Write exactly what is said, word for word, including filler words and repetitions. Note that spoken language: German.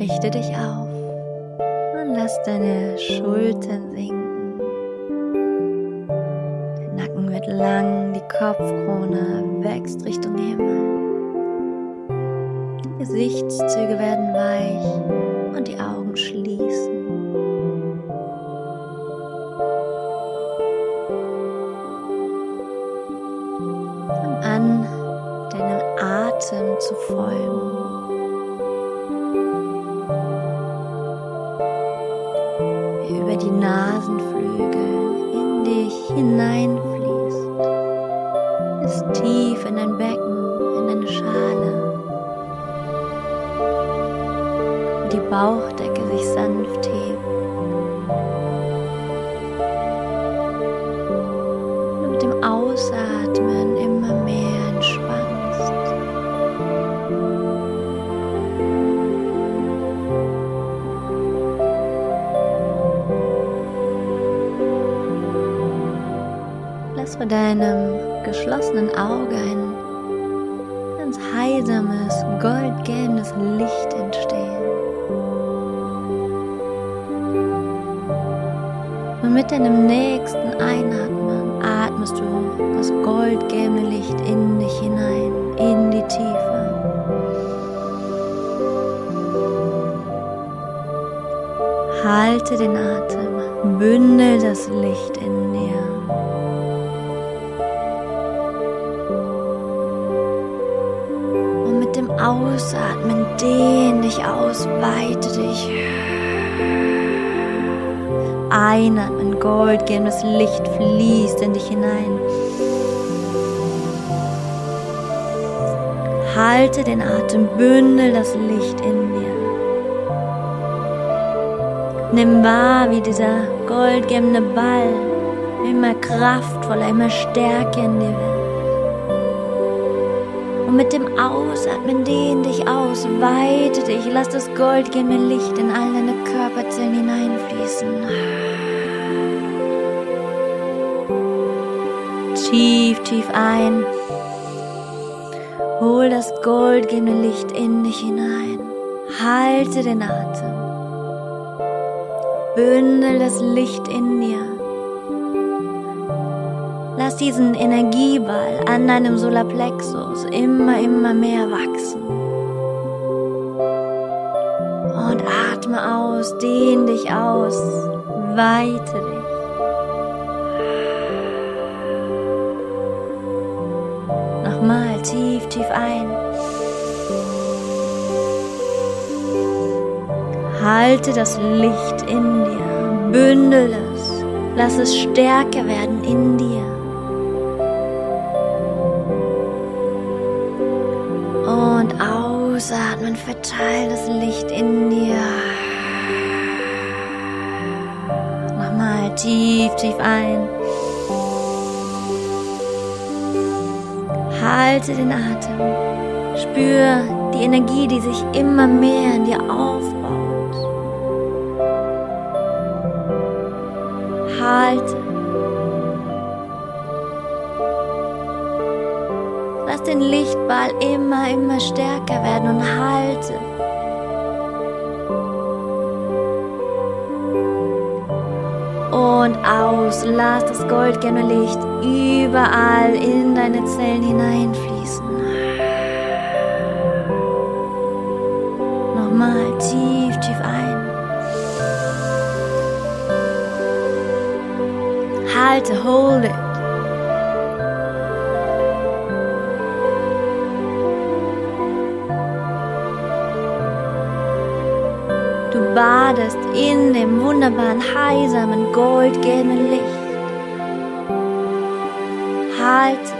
Richte dich auf und lass deine Schultern sinken. Der Nacken wird lang, die Kopfkrone wächst Richtung Himmel. Die Gesichtszüge werden weich und die Augen schließen. Fang an, deinem Atem zu folgen. Wie über die Nasenflügel in dich hineinfließt, bis tief in dein Becken, in deine Schale. Und die Bauchdecke sich sanft hebt. Und mit dem Ausatmen immer mehr entspannst. Lass vor deinem geschlossenen Auge ein ganz heisames, goldgelbes Licht entstehen. Und mit deinem nächsten Einatmen atmest du das goldgelbe Licht in dich hinein, in die Tiefe. Halte den Atem, bündel das Licht in dir. Und mit dem Ausatmen dehn dich aus, weite dich. Einatmen, goldgelbes Licht fließt in dich hinein. Halte den Atem, bündel das Licht in dir. Nimm wahr, wie dieser goldgelbe Ball immer kraftvoller, immer stärker in dir wird. Und mit dem Ausatmen dehn dich aus, weite dich, lass das goldgelbe Licht in all deine Körperzellen hineinfließen. Tief, tief ein. Hol das goldgelbe Licht in dich hinein. Halte den Atem. Bündel das Licht in dir. Lass diesen Energieball an deinem Solarplexus immer, immer mehr wachsen. Und atme aus, dehn dich aus, weite dich. Nochmal tief, tief ein. Halte das Licht in dir, bündel es, lass es stärker werden in dir. Und ausatmen, verteile das Licht in dir. Nochmal tief, tief ein. Halte den Atem. Spür die Energie, die sich immer mehr in dir aufbaut. Halte. Lass den Lichtball immer, immer stärker werden und halte. Und aus, lass das goldgelbe Licht überall in deine Zellen hineinfließen. Nochmal tief, tief ein. Halte, hold it. Du badest in dem wunderbaren, heisamen, goldgelben Licht. Halte.